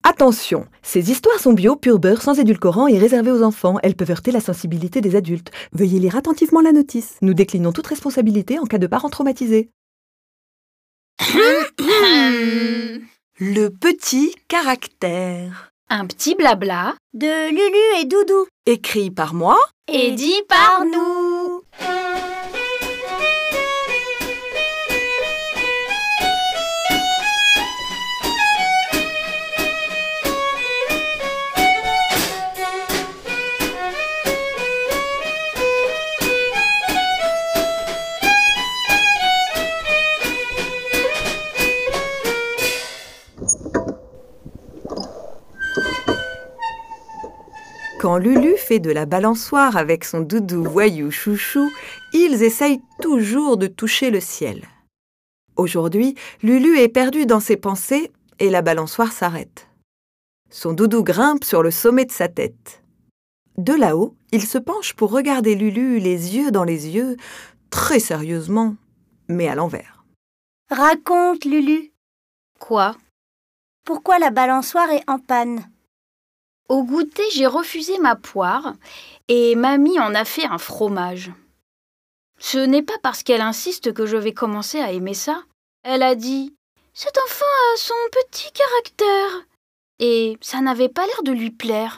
Attention, ces histoires sont bio, pur beurre, sans édulcorant et réservées aux enfants. Elles peuvent heurter la sensibilité des adultes. Veuillez lire attentivement la notice. Nous déclinons toute responsabilité en cas de parents traumatisés. Le petit caractère. Un petit blabla de Lulu et Doudou. Écrit par moi et dit par nous. Quand Lulu fait de la balançoire avec son doudou voyou chouchou, ils essayent toujours de toucher le ciel. Aujourd'hui, Lulu est perdue dans ses pensées et la balançoire s'arrête. Son doudou grimpe sur le sommet de sa tête. De là-haut, il se penche pour regarder Lulu les yeux dans les yeux, très sérieusement, mais à l'envers. Raconte, Lulu. Quoi? Pourquoi la balançoire est en panne? Au goûter, j'ai refusé ma poire et mamie en a fait un fromage. Ce n'est pas parce qu'elle insiste que je vais commencer à aimer ça. Elle a dit « Cet enfant a son petit caractère » et ça n'avait pas l'air de lui plaire.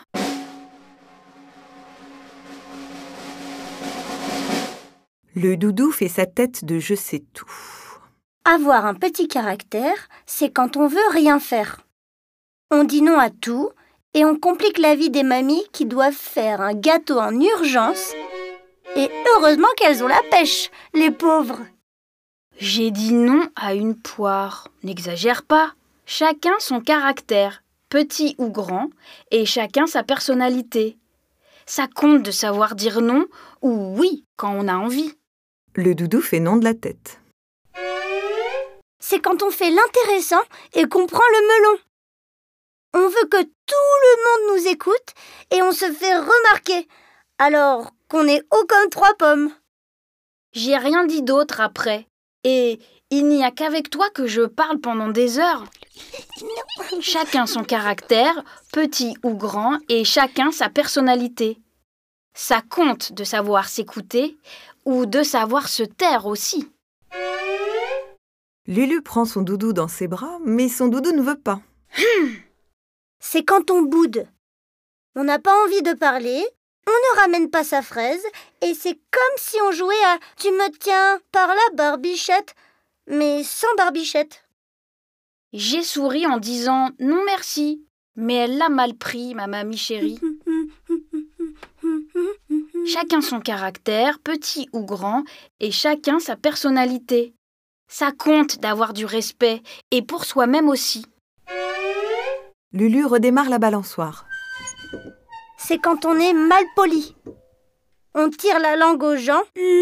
Le doudou fait sa tête de je sais tout. Avoir un petit caractère, c'est quand on veut rien faire. On dit non à tout et on complique la vie des mamies qui doivent faire un gâteau en urgence. Et heureusement qu'elles ont la pêche, les pauvres. J'ai dit non à une poire. N'exagère pas. Chacun son caractère, petit ou grand, et chacun sa personnalité. Ça compte de savoir dire non ou oui quand on a envie. Le doudou fait non de la tête. C'est quand on fait l'intéressant et qu'on prend le melon. On veut que tout le monde nous écoute et on se fait remarquer, alors qu'on n'est haut comme 3 pommes. J'ai rien dit d'autre après. Et il n'y a qu'avec toi que je parle pendant des heures. Chacun son caractère, petit ou grand, et chacun sa personnalité. Ça compte de savoir s'écouter ou de savoir se taire aussi. Lulu prend son doudou dans ses bras, mais son doudou ne veut pas. C'est quand on boude. On n'a pas envie de parler, on ne ramène pas sa fraise, et c'est comme si on jouait à « Tu me tiens par la barbichette », mais sans barbichette. J'ai souri en disant « Non merci », mais elle l'a mal pris, ma mamie chérie. Chacun son caractère, petit ou grand, et chacun sa personnalité. Ça compte d'avoir du respect, et pour soi-même aussi. Lulu redémarre la balançoire. C'est quand on est mal poli. On tire la langue aux gens.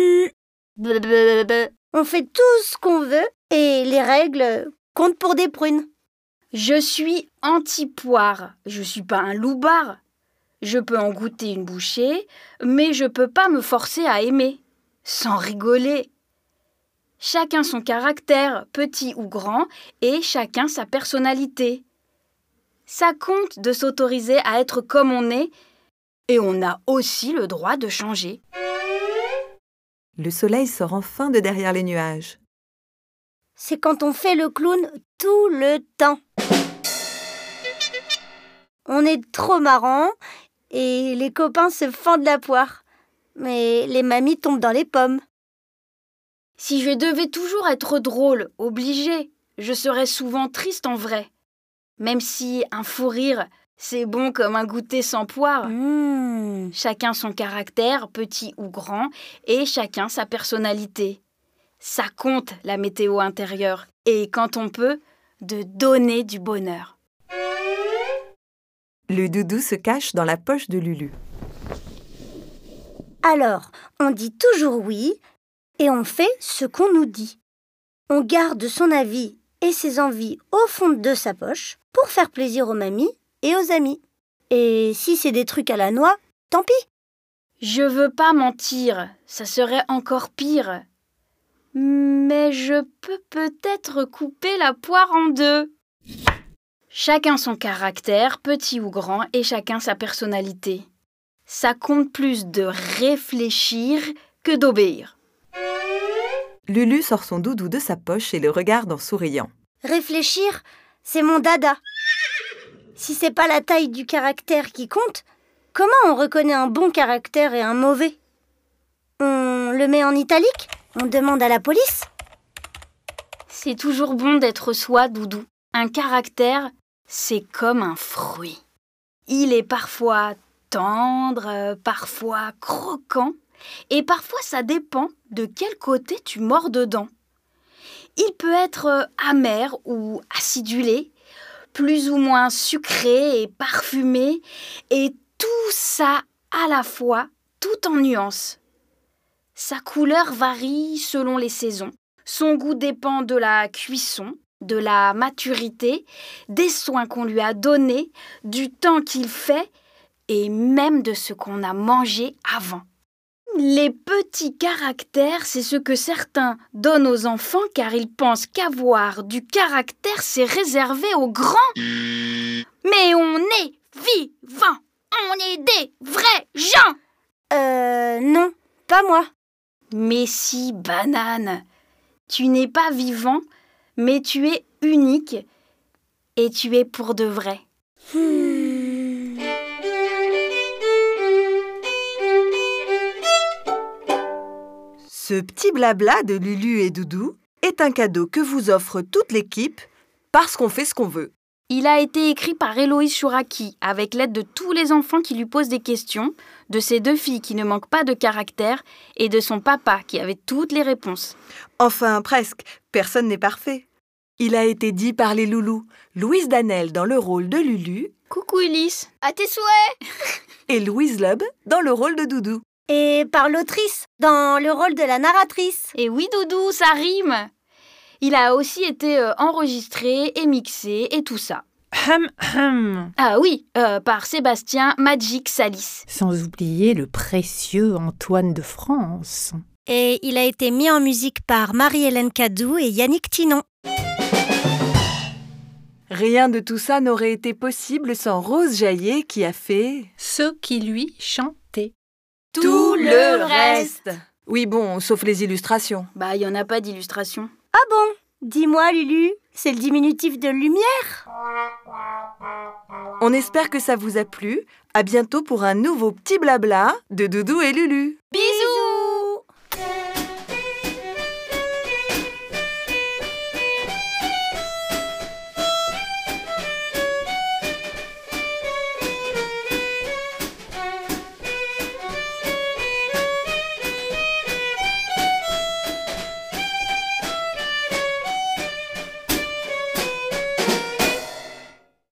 On fait tout ce qu'on veut et les règles comptent pour des prunes. Je suis anti-poire. Je suis pas un loupard. Je peux en goûter une bouchée, mais je peux pas me forcer à aimer. Sans rigoler. Chacun son caractère, petit ou grand, et chacun sa personnalité. Ça compte de s'autoriser à être comme on est, et on a aussi le droit de changer. Le soleil sort enfin de derrière les nuages. C'est quand on fait le clown tout le temps. On est trop marrant et les copains se fendent la poire. Mais les mamies tombent dans les pommes. Si je devais toujours être drôle, obligée, je serais souvent triste en vrai. Même si un fou rire, c'est bon comme un goûter sans poire. Chacun son caractère, petit ou grand, et chacun sa personnalité. Ça compte la météo intérieure, et quand on peut, de donner du bonheur. Le doudou se cache dans la poche de Lulu. Alors, on dit toujours oui, et on fait ce qu'on nous dit. On garde son avis et ses envies au fond de sa poche pour faire plaisir aux mamies et aux amis. Et si c'est des trucs à la noix, tant pis. Je veux pas mentir, ça serait encore pire. Mais je peux peut-être couper la poire en 2. Chacun son caractère, petit ou grand, et chacun sa personnalité. Ça compte plus de réfléchir que d'obéir. Lulu sort son doudou de sa poche et le regarde en souriant. Réfléchir, c'est mon dada. Si c'est pas la taille du caractère qui compte, comment on reconnaît un bon caractère et un mauvais? On le met en italique? On demande à la police? C'est toujours bon d'être soi, Doudou. Un caractère, c'est comme un fruit. Il est parfois tendre, parfois croquant, et parfois ça dépend de quel côté tu mords dedans. Il peut être amer ou acidulé, plus ou moins sucré et parfumé, et tout ça à la fois, tout en nuances. Sa couleur varie selon les saisons. Son goût dépend de la cuisson, de la maturité, des soins qu'on lui a donnés, du temps qu'il fait et même de ce qu'on a mangé avant. Les petits caractères, c'est ce que certains donnent aux enfants car ils pensent qu'avoir du caractère, c'est réservé aux grands. Mais on est vivants, on est des vrais gens. Non, pas moi. Mais si, banane, tu n'es pas vivant, mais tu es unique et tu es pour de vrai. Ce petit blabla de Lulu et Doudou est un cadeau que vous offre toute l'équipe parce qu'on fait ce qu'on veut. Il a été écrit par Héloïse Chouraki avec l'aide de tous les enfants qui lui posent des questions, de ses 2 filles qui ne manquent pas de caractère et de son papa qui avait toutes les réponses. Enfin, presque, personne n'est parfait. Il a été dit par les loulous, Louise Danel dans le rôle de Lulu Coucou Ulysse, à tes souhaits. et Louise Loeb dans le rôle de Doudou. Et par l'autrice, dans le rôle de la narratrice. Et oui Doudou, ça rime. Il a aussi été enregistré et mixé et tout ça. Ah oui, par Sébastien Magic Salis. Sans oublier le précieux Antoine de France. Et il a été mis en musique par Marie-Hélène Cadou et Yannick Tinon. Rien de tout ça n'aurait été possible sans Rose Jaillet qui a fait Ceux qui lui chantaient. tout le reste. Oui bon, sauf les illustrations. Bah, il n'y en a pas d'illustration. Ah bon? Dis-moi, Lulu, c'est le diminutif de lumière? On espère que ça vous a plu. À bientôt pour un nouveau petit blabla de Doudou et Lulu.